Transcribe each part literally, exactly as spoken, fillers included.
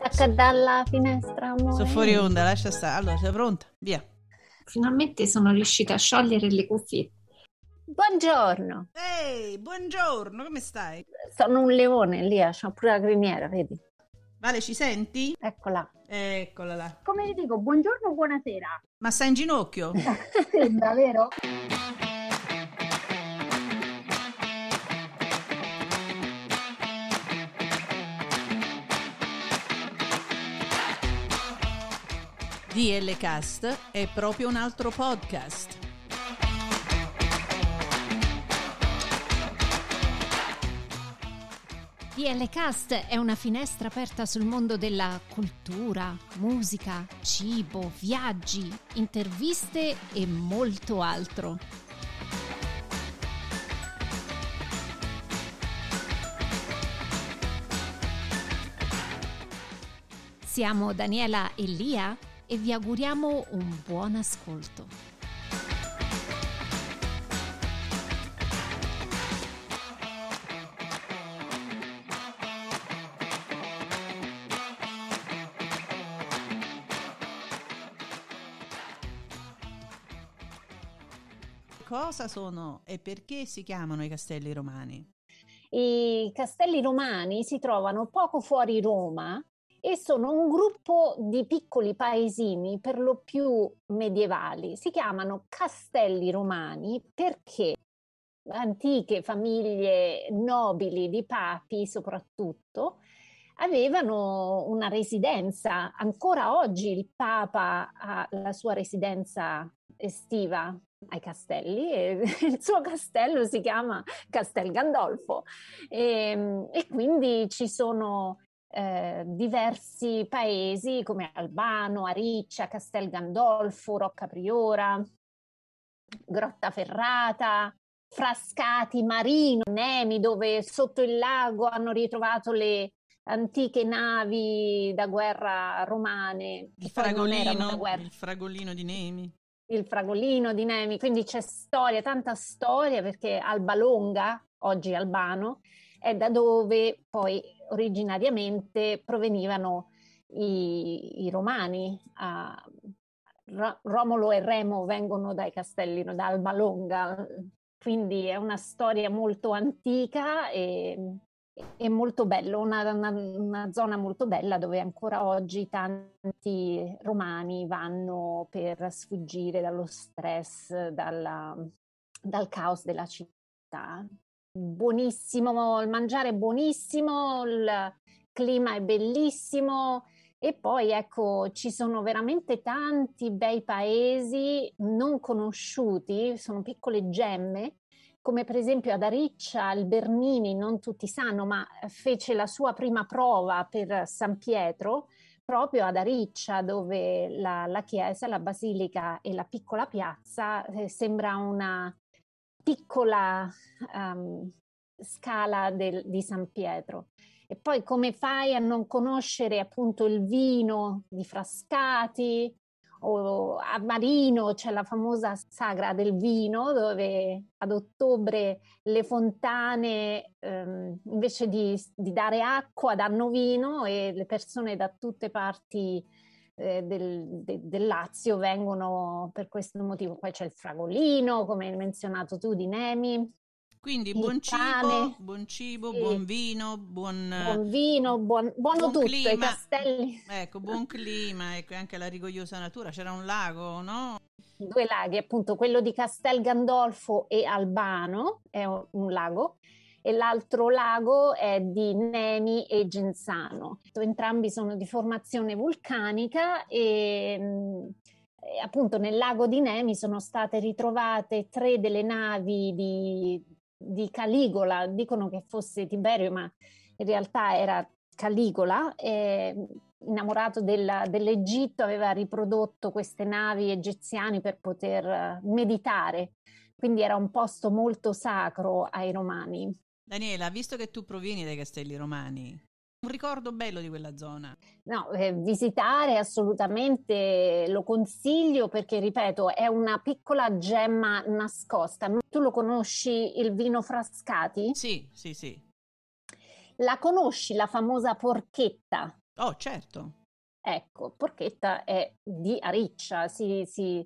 Stacca dalla finestra, amore. Sono fuori onda, lascia stare. Allora, sei pronta? Via. Finalmente sono riuscita a sciogliere le cuffiette. Buongiorno. Ehi, buongiorno, come stai? Sono un leone, lì, c'ho pure la criniera, vedi? Vale, ci senti? Eccola. Eccola là. Come vi dico, buongiorno, buonasera. Ma stai in ginocchio? Sembra, vero? D L Cast è proprio un altro podcast. D L Cast è una finestra aperta sul mondo della cultura, musica, cibo, viaggi, interviste e molto altro. Siamo Daniela e Lia e vi auguriamo un buon ascolto. Cosa sono e perché si chiamano i castelli romani? I castelli romani si trovano poco fuori Roma e sono un gruppo di piccoli paesini, per lo più medievali. Si chiamano castelli romani perché antiche famiglie nobili di papi soprattutto avevano una residenza. Ancora oggi il Papa ha la sua residenza estiva ai castelli e il suo castello si chiama Castel Gandolfo e, e quindi ci sono eh, diversi paesi come Albano, Ariccia, Castel Gandolfo, Roccapriora, Grottaferrata, Frascati, Marino, Nemi, dove sotto il lago hanno ritrovato le antiche navi da guerra romane. Il poi non era una fragolino, guerra. il fragolino di Nemi. Il fragolino di Nemi, quindi c'è storia, tanta storia, perché Albalonga, oggi Albano, è da dove poi originariamente provenivano i, i romani. Uh, Romolo e Remo vengono dai castelli, da Albalonga, quindi è una storia molto antica e è molto bello, una, una, una zona molto bella dove ancora oggi tanti romani vanno per sfuggire dallo stress, dalla, dal caos della città. Buonissimo, il mangiare è buonissimo, il clima è bellissimo e poi ecco ci sono veramente tanti bei paesi non conosciuti, sono piccole gemme. Come per esempio ad Ariccia, il Bernini, non tutti sanno, ma fece la sua prima prova per San Pietro proprio ad Ariccia, dove la, la chiesa, la basilica e la piccola piazza eh, sembra una piccola um, scala del, di San Pietro. E poi come fai a non conoscere appunto il vino di Frascati? O a Marino c'è la famosa sagra del vino dove ad ottobre le fontane ehm, invece di, di dare acqua danno vino e le persone da tutte parti eh, del, de, del Lazio vengono per questo motivo. Poi c'è il fragolino, come hai menzionato tu, di Nemi. Quindi Il buon pane, cibo, buon cibo, sì. buon vino, buon, buon vino, buon, buono buon tutto, clima. i castelli. Ecco, buon clima, ecco, anche la rigogliosa natura. C'era un lago, no? Due laghi, appunto, quello di Castel Gandolfo e Albano, è un, un lago, e l'altro lago è di Nemi e Genzano. Entrambi sono di formazione vulcanica e mh, appunto nel lago di Nemi sono state ritrovate tre delle navi di, di Caligola, dicono che fosse Tiberio, ma in realtà era Caligola, e, innamorato della, dell'Egitto, aveva riprodotto queste navi egiziane per poter meditare, quindi era un posto molto sacro ai romani. Daniela, visto che tu provieni dai castelli romani, un ricordo bello di quella zona? No, eh, visitare assolutamente lo consiglio perché, ripeto, è una piccola gemma nascosta. Tu lo conosci, il vino Frascati? Sì, sì, sì. La conosci la famosa porchetta? Oh, certo. Ecco, Porchetta è di Ariccia, si, si,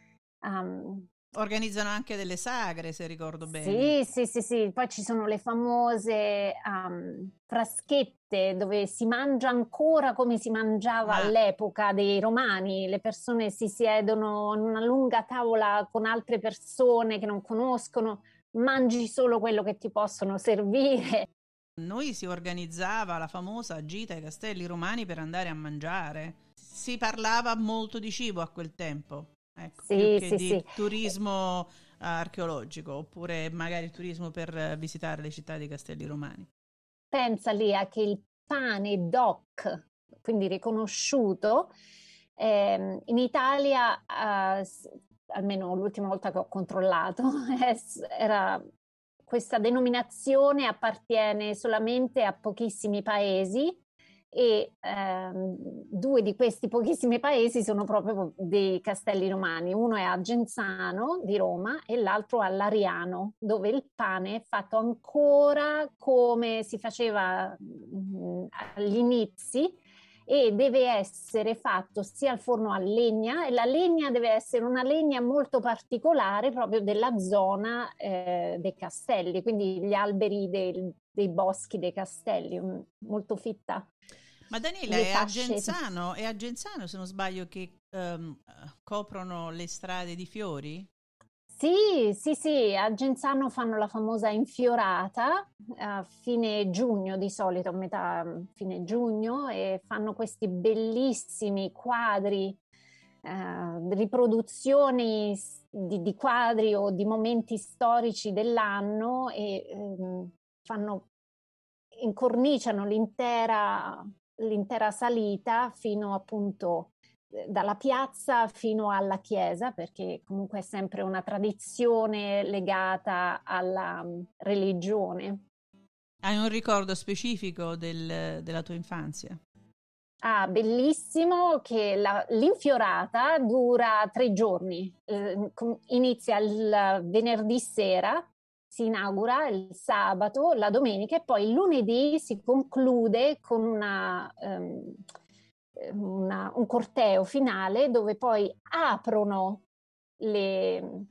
um, organizzano anche delle sagre, se ricordo bene. Sì, sì, sì, sì. Poi ci sono le famose um, fraschette dove si mangia ancora come si mangiava Ma... all'epoca dei Romani. Le persone si siedono in una lunga tavola con altre persone che non conoscono, mangi solo quello che ti possono servire. Noi si organizzava la famosa gita ai Castelli Romani per andare a mangiare. Si parlava molto di cibo a quel tempo, ecco, Sì, più che sì, di sì. turismo archeologico, oppure magari turismo per visitare le città dei Castelli Romani. Pensa Lia che il pane DOC, quindi riconosciuto, ehm, in Italia, eh, almeno l'ultima volta che ho controllato, era questa denominazione appartiene solamente a pochissimi paesi e ehm, due di questi pochissimi paesi sono proprio dei Castelli Romani. Uno è a Genzano di Roma e l'altro a Lariano, dove il pane è fatto ancora come si faceva mh, agli inizi e deve essere fatto sia al forno a legna, e la legna deve essere una legna molto particolare proprio della zona eh, dei castelli, quindi gli alberi dei, dei boschi dei castelli, un, molto fitta. Ma Daniela, è a Genzano, è a Genzano, se non sbaglio, che um, coprono le strade di fiori? Sì, sì, sì, a Genzano fanno la famosa infiorata a fine giugno di solito, a metà fine giugno, e fanno questi bellissimi quadri, eh, riproduzioni di, di quadri o di momenti storici dell'anno e ehm, fanno, incorniciano l'intera, l'intera salita fino appunto dalla piazza fino alla chiesa, perché comunque è sempre una tradizione legata alla religione. Hai un ricordo specifico del, della tua infanzia? Ah, bellissimo, che la, l'infiorata dura tre giorni, eh, inizia il venerdì sera, si inaugura il sabato, la domenica e poi il lunedì si conclude con una... Um, Una, un corteo finale dove poi aprono le,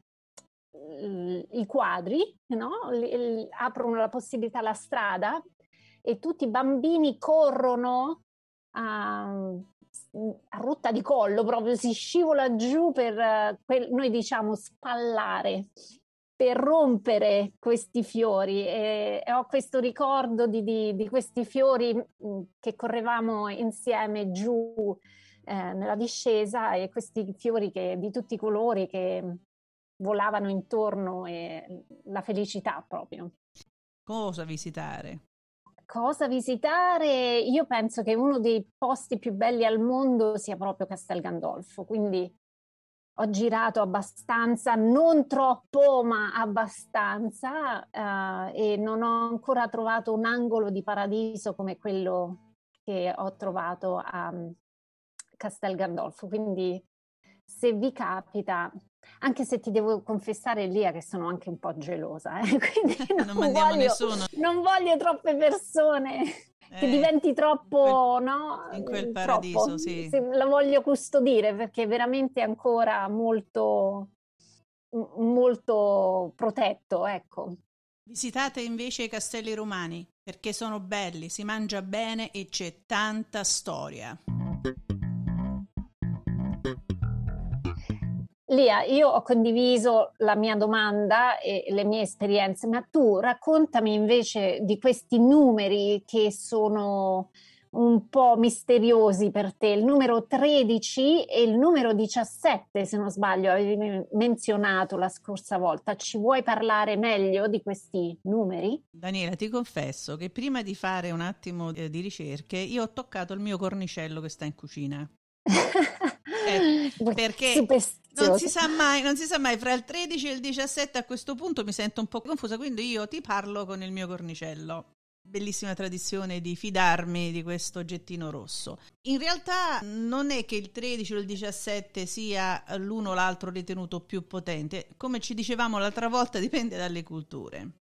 i quadri, no? le, le, aprono la possibilità alla strada e tutti i bambini corrono a, a rotta di collo, proprio si scivola giù per, uh, noi diciamo, spallare, per rompere questi fiori e, e ho questo ricordo di, di, di questi fiori mh, che correvamo insieme giù eh, nella discesa e questi fiori che, di tutti i colori che volavano intorno e la felicità proprio. Cosa visitare? Cosa visitare? Io penso che uno dei posti più belli al mondo sia proprio Castel Gandolfo, quindi ho girato abbastanza, non troppo, ma abbastanza, eh, e non ho ancora trovato un angolo di paradiso come quello che ho trovato a Castel Gandolfo. Quindi se vi capita, anche se ti devo confessare, Lia, che sono anche un po' gelosa, eh? Quindi non, non mandiamo voglio, nessuno. Non voglio troppe persone. Che eh, diventi troppo, in quel, no? In quel paradiso, troppo. sì. Se la voglio custodire perché è veramente ancora molto, molto protetto, ecco. Visitate invece i Castelli Romani perché sono belli, si mangia bene e c'è tanta storia. Lia, io ho condiviso la mia domanda e le mie esperienze, ma tu raccontami invece di questi numeri che sono un po' misteriosi per te, il numero tredici e il numero diciassette, se non sbaglio, avevi menzionato la scorsa volta. Ci vuoi parlare meglio di questi numeri? Daniela, ti confesso che prima di fare un attimo di ricerche, io ho toccato il mio cornicello che sta in cucina. Eh, perché non si sa mai, non si sa mai fra il tredici e il diciassette. A questo punto mi sento un po' confusa, quindi io ti parlo con il mio cornicello. Bellissima tradizione di fidarmi di questo oggettino rosso. In realtà non è che il tredici o il diciassette sia l'uno o l'altro ritenuto più potente, come ci dicevamo l'altra volta, dipende dalle culture.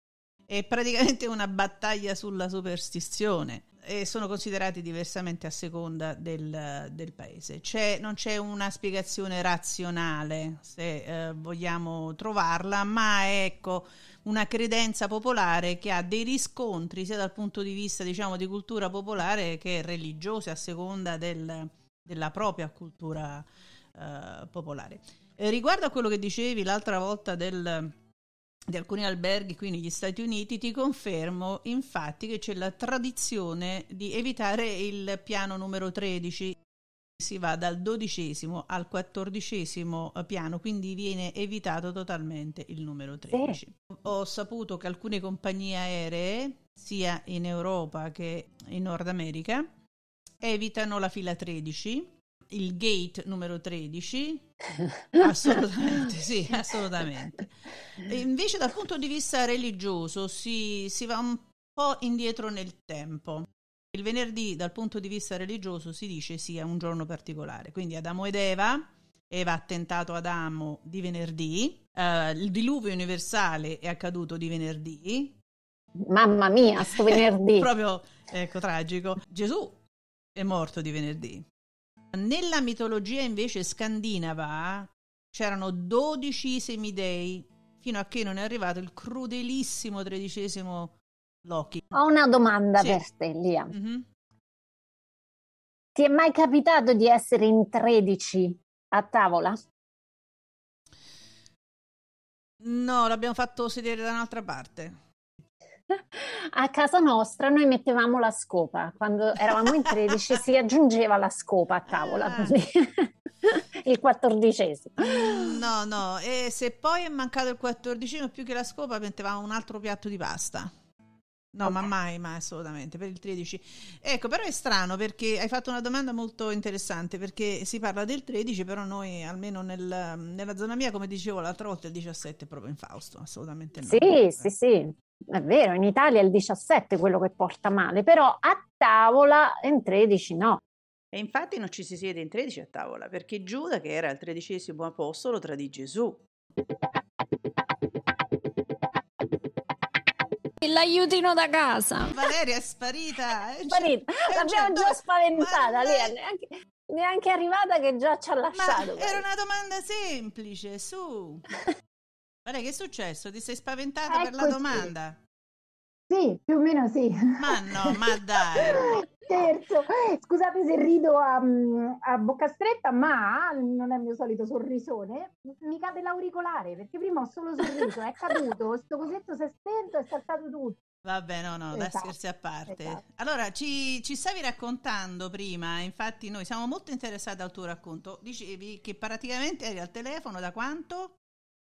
è praticamente una battaglia sulla superstizione e sono considerati diversamente a seconda del, del paese. C'è, non c'è una spiegazione razionale, se eh, vogliamo trovarla, ma è, ecco, una credenza popolare che ha dei riscontri sia dal punto di vista, diciamo, di cultura popolare che religiosa, a seconda del, della propria cultura eh, popolare. Eh, riguardo a quello che dicevi l'altra volta del, di alcuni alberghi qui negli Stati Uniti, ti confermo infatti che c'è la tradizione di evitare il piano numero tredici. Si va dal dodicesimo al quattordicesimo piano, quindi viene evitato totalmente il numero tredici. Sì. Ho saputo che alcune compagnie aeree, sia in Europa che in Nord America, evitano la fila tredici, il gate numero tredici. Assolutamente, sì, assolutamente. E invece dal punto di vista religioso si, si va un po' indietro nel tempo. Il venerdì dal punto di vista religioso si dice sia un giorno particolare, quindi Adamo ed Eva, Eva ha tentato Adamo di venerdì, uh, il diluvio universale è accaduto di venerdì. Mamma mia, sto venerdì! Proprio, ecco, tragico. Gesù è morto di venerdì. Nella mitologia invece scandinava c'erano dodici semidei fino a che non è arrivato il crudelissimo tredicesimo Loki. Ho una domanda sì. per te, Lia. Mm-hmm. Ti è mai capitato di essere in tredici a tavola? No, l'abbiamo fatto sedere da un'altra parte. A casa nostra noi mettevamo la scopa, quando eravamo in tredici si aggiungeva la scopa a tavola, ah. così. Il quattordicesimo. No, no, e se poi è mancato il quattordicesimo, più che la scopa mettevamo un altro piatto di pasta. No, okay. ma mai, mai assolutamente, per il tredici. Ecco, però è strano perché hai fatto una domanda molto interessante, perché si parla del tredici, però noi, almeno nel, nella zona mia, come dicevo l'altra volta, il diciassette è proprio infausto, assolutamente no. Sì, eh. sì, sì, è vero, in Italia è il diciassette quello che porta male, però a tavola in tredici no. E infatti non ci si siede in tredici a tavola, perché Giuda, che era il tredicesimo apostolo, tradì Gesù. L'aiutino da casa. Valeria è sparita. È sparita. L'abbiamo già spaventata. Lì è neanche, neanche arrivata che già ci ha lasciato. Ma era una domanda semplice, su. Valeria, che è successo? Ti sei spaventata Eccoci. per la domanda? Sì, più o meno sì. Ma no, ma dai. Scherzo. Scusate se rido a, a bocca stretta, ma non è il mio solito sorrisone. Mi cade l'auricolare, perché prima ho solo sorriso, è caduto, sto cosetto si è spento, è saltato tutto. Vabbè, no, no, dai, Esatto, scherzi a parte. esatto. Allora, ci, ci stavi raccontando prima, infatti noi siamo molto interessati al tuo racconto. Dicevi che praticamente eri al telefono da quanto?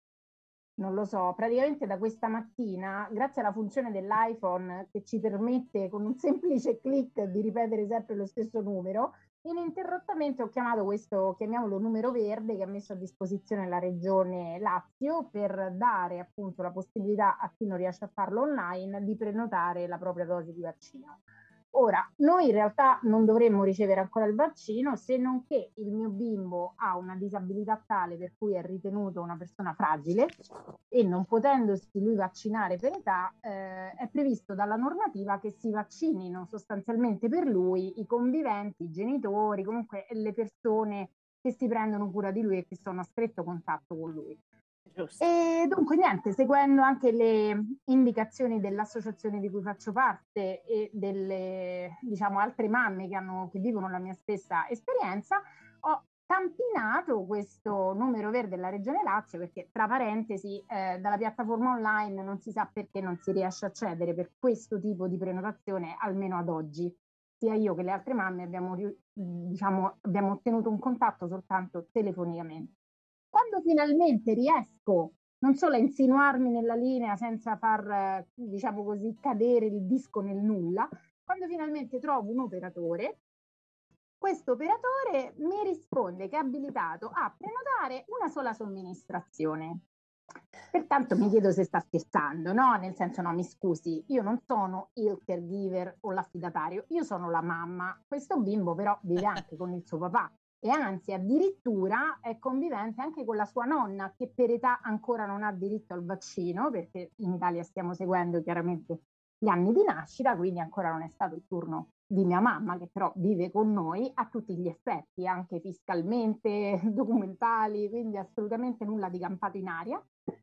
Non lo so, praticamente da questa mattina, grazie alla funzione dell'iPhone che ci permette con un semplice click di ripetere sempre lo stesso numero, ininterrottamente ho chiamato questo, chiamiamolo numero verde, che ha messo a disposizione la regione Lazio per dare appunto la possibilità a chi non riesce a farlo online di prenotare la propria dose di vaccino. Ora, noi in realtà non dovremmo ricevere ancora il vaccino, se non che il mio bimbo ha una disabilità tale per cui è ritenuto una persona fragile e non potendosi lui vaccinare per età, eh, è previsto dalla normativa che si vaccinino sostanzialmente per lui i conviventi, i genitori, comunque le persone che si prendono cura di lui e che sono a stretto contatto con lui. Giusto. E dunque niente, seguendo anche le indicazioni dell'associazione di cui faccio parte e delle, diciamo, altre mamme che, hanno, che vivono la mia stessa esperienza, ho tampinato questo numero verde della Regione Lazio perché, tra parentesi, eh, dalla piattaforma online non si sa perché non si riesce a accedere per questo tipo di prenotazione, almeno ad oggi. Sia io che le altre mamme abbiamo, diciamo, abbiamo ottenuto un contatto soltanto telefonicamente. Quando finalmente riesco non solo a insinuarmi nella linea senza far, diciamo così, cadere il disco nel nulla, quando finalmente trovo un operatore, questo operatore mi risponde che è abilitato a prenotare una sola somministrazione. Pertanto mi chiedo se sta scherzando, no? Nel senso, no, mi scusi, io non sono il caregiver o l'affidatario, io sono la mamma. Questo bimbo però vive anche con il suo papà. e anzi addirittura è convivente anche con la sua nonna, che per età ancora non ha diritto al vaccino, perché in Italia stiamo seguendo chiaramente gli anni di nascita, quindi ancora non è stato il turno di mia mamma, che però vive con noi a tutti gli effetti, anche fiscalmente, documentali, quindi assolutamente nulla di campato in aria.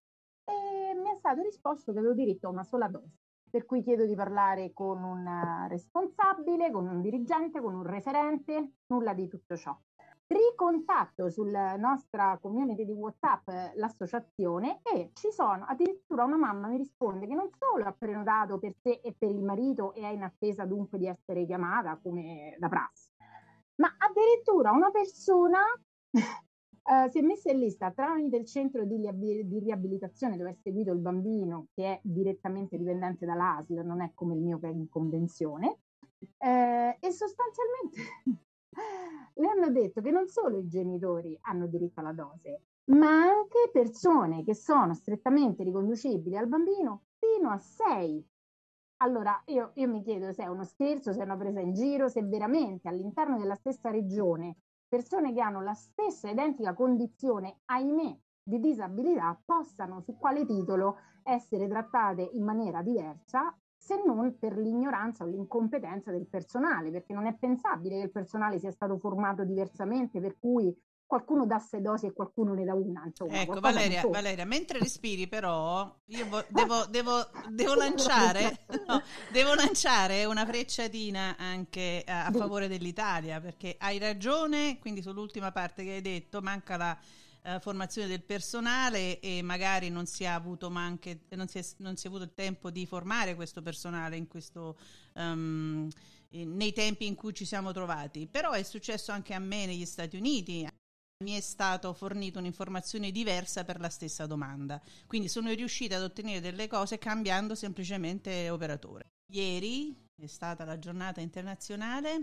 E mi è stato risposto che avevo diritto a una sola dose, per cui chiedo di parlare con un responsabile, con un dirigente, con un referente, nulla di tutto ciò. Ricontatto sulla nostra community di WhatsApp l'associazione e ci sono addirittura una mamma mi risponde che non solo ha prenotato per sé e per il marito e è in attesa dunque di essere chiamata come da prassi, ma addirittura una persona uh, si è messa in lista tramite il centro di, riab- di riabilitazione dove è seguito il bambino, che è direttamente dipendente dall'A S L, non è come il mio che è in convenzione, eh, e sostanzialmente le hanno detto che non solo i genitori hanno diritto alla dose, ma anche persone che sono strettamente riconducibili al bambino fino a sei. Allora io, io mi chiedo se è uno scherzo, se è una presa in giro, se veramente all'interno della stessa regione persone che hanno la stessa identica condizione, ahimè, di disabilità possano su quale titolo essere trattate in maniera diversa, se non per l'ignoranza o l'incompetenza del personale, perché non è pensabile che il personale sia stato formato diversamente, per cui qualcuno dà sei dosi e qualcuno ne dà una. Insomma, ecco, Valeria, Valeria, mentre respiri però, io vo- devo, devo, devo, lanciare, no, devo lanciare una frecciatina anche a, a favore dell'Italia, perché hai ragione, quindi sull'ultima parte che hai detto, manca la Uh, formazione del personale e magari non si è avuto ma anche non si è, non si è avuto il tempo di formare questo personale in questo um, in, nei tempi in cui ci siamo trovati. Però è successo anche a me negli Stati Uniti, mi è stato fornito un'informazione diversa per la stessa domanda, quindi sono riuscita ad ottenere delle cose cambiando semplicemente operatore. Ieri è stata la giornata internazionale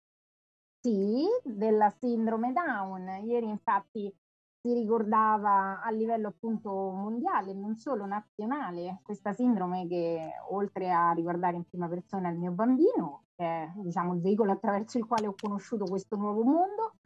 sì, della sindrome Down. Ieri infatti si ricordava a livello appunto mondiale, non solo nazionale, questa sindrome che oltre a riguardare in prima persona il mio bambino, che è diciamo il veicolo attraverso il quale ho conosciuto questo nuovo mondo,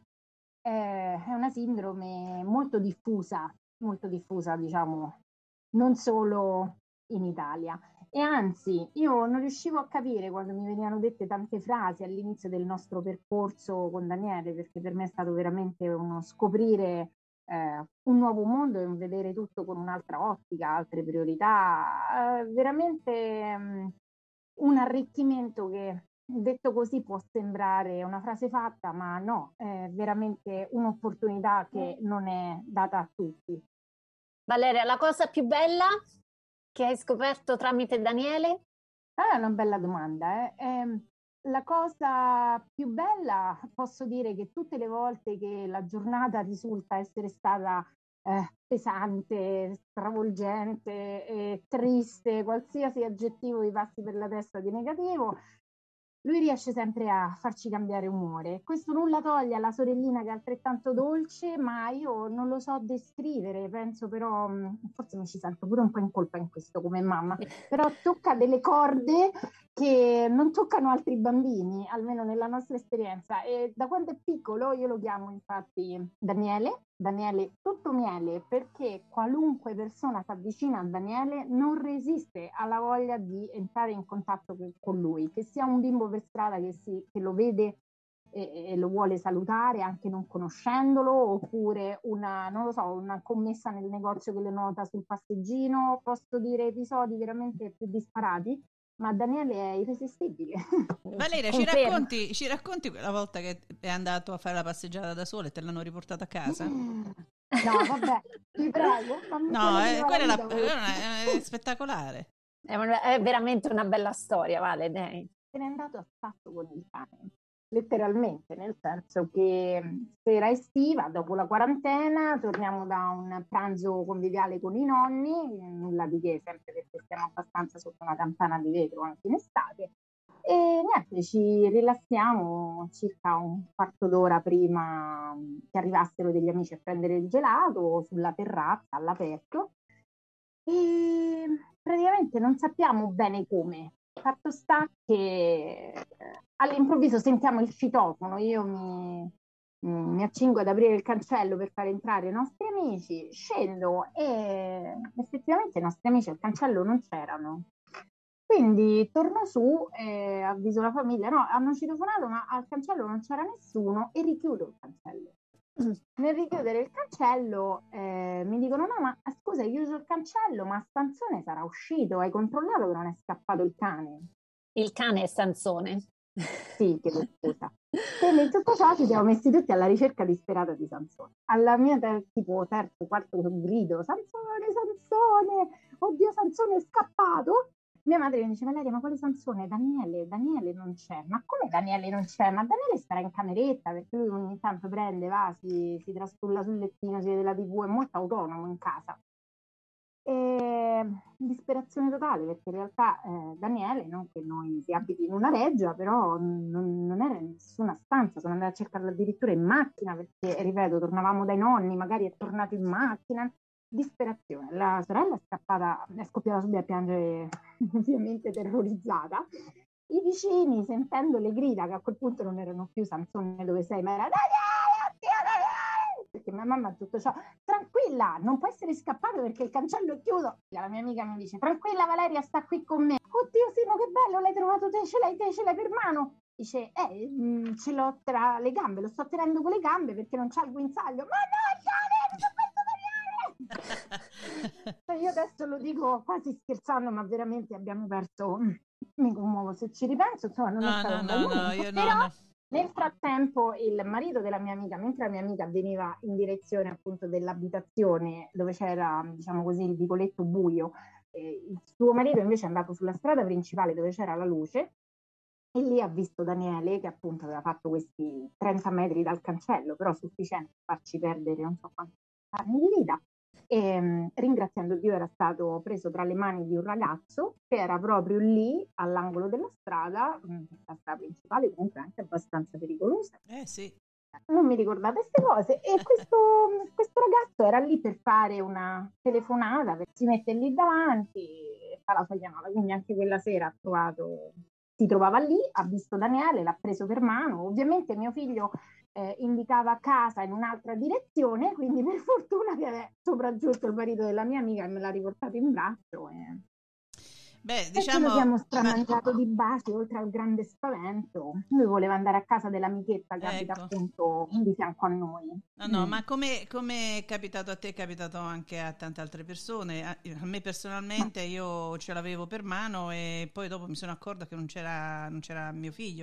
eh, è una sindrome molto diffusa, molto diffusa diciamo non solo in Italia. E anzi, io non riuscivo a capire quando mi venivano dette tante frasi all'inizio del nostro percorso con Daniele, perché per me è stato veramente uno scoprire Eh, un nuovo mondo e un vedere tutto con un'altra ottica, altre priorità, eh, veramente um, un arricchimento che detto così può sembrare una frase fatta, ma no, è veramente un'opportunità che non è data a tutti. Valeria, la cosa più bella che hai scoperto tramite Daniele? Ah, è una bella domanda, eh. Eh, La cosa più bella, posso dire che tutte le volte che la giornata risulta essere stata eh, pesante, stravolgente, eh, triste, qualsiasi aggettivo vi passi per la testa di negativo, lui riesce sempre a farci cambiare umore. Questo nulla toglie alla sorellina che è altrettanto dolce, ma io non lo so descrivere, penso però, forse mi ci sento pure un po' in colpa in questo come mamma, però tocca delle corde che non toccano altri bambini, almeno nella nostra esperienza. E da quando è piccolo io lo chiamo infatti Daniele, Daniele tutto miele, perché qualunque persona si avvicina a Daniele non resiste alla voglia di entrare in contatto con lui, che sia un bimbo per strada che, si, che lo vede e, e lo vuole salutare anche non conoscendolo, oppure una, non lo so, una commessa nel negozio che le nota sul passeggino. Posso dire episodi veramente più disparati, ma Daniele è irresistibile. Valeria, ci racconti, ci racconti quella volta che è andato a fare la passeggiata da sola e te l'hanno riportata a casa? No, vabbè, ti prego. No, eh, quella, è la, quella è spettacolare. È, una, è veramente una bella storia, Vale, dai. Se n'è andato a spatto con il cane, letteralmente, nel senso che sera estiva, dopo la quarantena, torniamo da un pranzo conviviale con i nonni, nulla di che, sempre perché stiamo abbastanza sotto una campana di vetro anche in estate, e niente, ci rilassiamo circa un quarto d'ora prima che arrivassero degli amici a prendere il gelato sulla terrazza all'aperto, e praticamente non sappiamo bene come. Fatto sta che all'improvviso sentiamo il citofono, io mi, mh, mi accingo ad aprire il cancello per far entrare i nostri amici, scendo e effettivamente i nostri amici al cancello non c'erano. Quindi torno su e avviso la famiglia, no, hanno citofonato ma al cancello non c'era nessuno e richiudo il cancello. Nel richiudere il cancello eh, mi dicono no ma scusa hai chiuso il cancello ma Sansone sarà uscito, hai controllato che non è scappato il cane? Il cane è Sansone? Sì, chiedo scusa. Quindi in tutto ciò ci siamo messi tutti alla ricerca disperata di Sansone. Alla mia ter- tipo terzo, quarto grido, Sansone, Sansone, oddio Sansone è scappato. Mia madre mi dice, Valeria, ma quale Sansone? Daniele, Daniele non c'è. Ma come Daniele non c'è? Ma Daniele starà in cameretta, perché lui ogni tanto prende, va, si, si trastulla sul lettino, si vede la tivù, è molto autonomo in casa. E disperazione totale, perché in realtà eh, Daniele, non che noi si abiti in una reggia, però non, non era in nessuna stanza, sono andata a cercarlo addirittura in macchina, perché, ripeto, tornavamo dai nonni, magari è tornato in macchina. Disperazione, la sorella è scappata, è scoppiata subito a piangere, ovviamente terrorizzata. I vicini, sentendo le grida, che a quel punto non erano più Sansone dove sei, ma era Daniele, oddio Daniele, perché mia mamma tutto ciò, tranquilla, non può essere scappato perché il cancello è chiuso. La mia amica mi dice, tranquilla Valeria, sta qui con me. Oddio Simo, che bello, l'hai trovato te, ce l'hai te, ce l'hai per mano. Dice, eh, mh, ce l'ho tra le gambe, lo sto tenendo con le gambe perché non c'ha il guinzaglio. Ma no, io adesso lo dico quasi scherzando, ma veramente abbiamo perso, mi commuovo se ci ripenso, insomma non no, è stato no, un no, bel no, momento, io però no, no. Nel frattempo il marito della mia amica, mentre la mia amica veniva in direzione appunto dell'abitazione dove c'era, diciamo così, il vicoletto buio, eh, il suo marito invece è andato sulla strada principale dove c'era la luce e lì ha visto Daniele che appunto aveva fatto questi trenta metri dal cancello, però sufficiente per farci perdere non so quanti anni di vita. E, ringraziando Dio, era stato preso tra le mani di un ragazzo che era proprio lì all'angolo della strada, la strada principale comunque anche abbastanza pericolosa. Eh sì. Non mi ricordate queste cose. E questo, questo ragazzo era lì per fare una telefonata, per si mette lì davanti e fa la sua chiamata. Quindi anche quella sera ha trovato, si trovava lì, ha visto Daniele, l'ha preso per mano. Ovviamente mio figlio eh, indicava casa in un'altra direzione, quindi per fortuna che è sopraggiunto il marito della mia amica e me l'ha riportato in braccio. E... Beh, diciamo, e ce lo diciamo, siamo stramangiato ma... di base, oltre al grande spavento. Lui voleva andare a casa dell'amichetta che ecco. abita appunto di fianco a noi. No, no, mm. ma come, come è capitato a te, è capitato anche a tante altre persone. A, a me personalmente, io ce l'avevo per mano e poi dopo mi sono accorta che non c'era, non c'era mio figlio.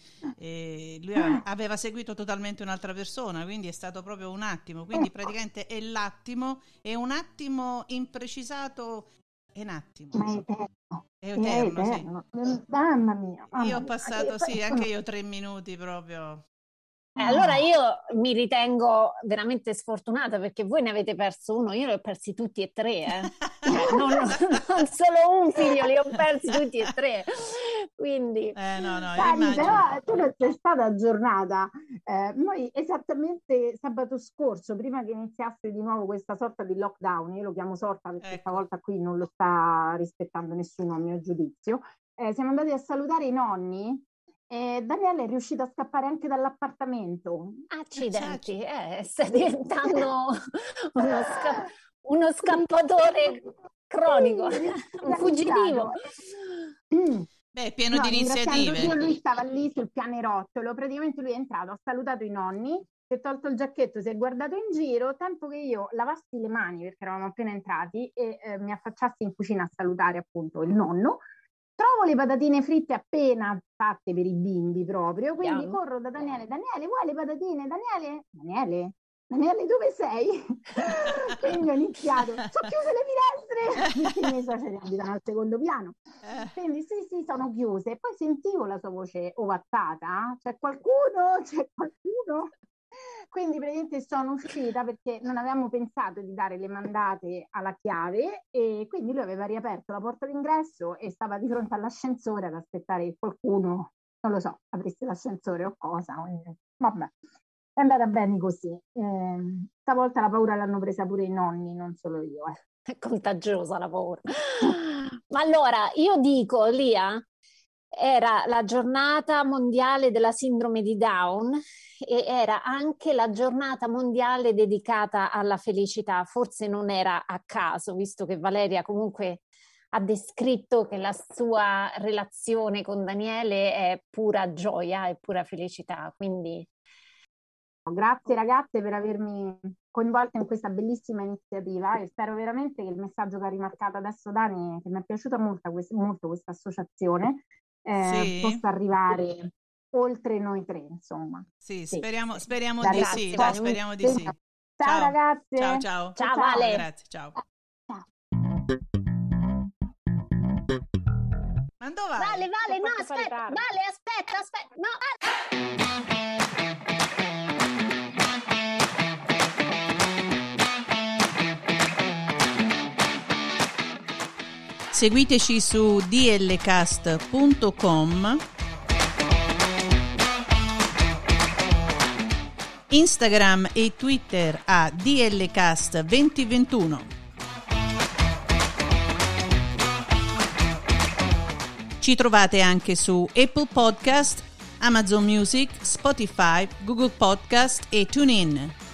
E lui aveva, aveva seguito totalmente un'altra persona, quindi è stato proprio un attimo. Quindi praticamente è l'attimo, è un attimo imprecisato. È un attimo. Ma è eterno. È eterno, è eterno. Sì. Mamma mia. Mamma io ho mia. passato, sì, anche io tre minuti proprio. Eh, allora io mi ritengo veramente sfortunata perché voi ne avete perso uno, io li ho persi tutti e tre, eh. non, non, non solo un figlio, li ho persi tutti e tre. Quindi, eh, no, no, Dani, però tu non sei stata aggiornata. Eh, noi esattamente sabato scorso, prima che iniziasse di nuovo questa sorta di lockdown, io lo chiamo sorta perché ecco. stavolta qui non lo sta rispettando nessuno a mio giudizio, eh, siamo andati a salutare i nonni. E Daniele è riuscito a scappare anche dall'appartamento. Accidenti, eh, sta diventando uno, sca- uno scappatore cronico, sì, un fuggitivo. Beh, è pieno no, di iniziative. Io, lui stava lì sul pianerottolo, praticamente lui è entrato, ha salutato i nonni, si è tolto il giacchetto, si è guardato in giro, tempo che io lavassi le mani perché eravamo appena entrati e eh, mi affacciassi in cucina a salutare appunto il nonno. Trovo le patatine fritte appena fatte per i bimbi proprio, quindi yeah. corro da Daniele. Daniele, vuoi le patatine? Daniele? Daniele? Daniele, dove sei? Quindi ho iniziato. Sono chiuse le finestre! Perché i miei suoceri abitano al secondo piano. Quindi sì, sì, sono chiuse. E poi sentivo la sua voce ovattata. C'è qualcuno? C'è qualcuno? Quindi praticamente sono uscita perché non avevamo pensato di dare le mandate alla chiave e quindi lui aveva riaperto la porta d'ingresso e stava di fronte all'ascensore ad aspettare che qualcuno, non lo so, aprisse l'ascensore o cosa. Quindi, vabbè, è andata bene così. Eh, stavolta la paura l'hanno presa pure i nonni, non solo io. Eh. È contagiosa la paura. Ma allora, io dico, Lia, era la giornata mondiale della sindrome di Down e era anche la giornata mondiale dedicata alla felicità. Forse non era a caso, visto che Valeria comunque ha descritto che la sua relazione con Daniele è pura gioia, è pura felicità. Quindi grazie ragazze per avermi coinvolta in questa bellissima iniziativa e spero veramente che il messaggio che ha rimarcato adesso Dani, che mi è piaciuta molto, molto questa associazione, eh, sì. possa arrivare oltre noi tre, insomma. Sì, sì. speriamo, speriamo di sì, dai, speriamo di sì. Ciao, ciao ragazze. Ciao, ciao. Ciao, ciao Vale. Grazie, ciao. Ciao. Ma dove vai? Vale, Vale, no, aspetta, Vale, aspetta, aspetta, no. Seguiteci su d l cast punto com, Instagram e Twitter a D L Cast duemilaventuno. Ci trovate anche su Apple Podcast, Amazon Music, Spotify, Google Podcast e TuneIn.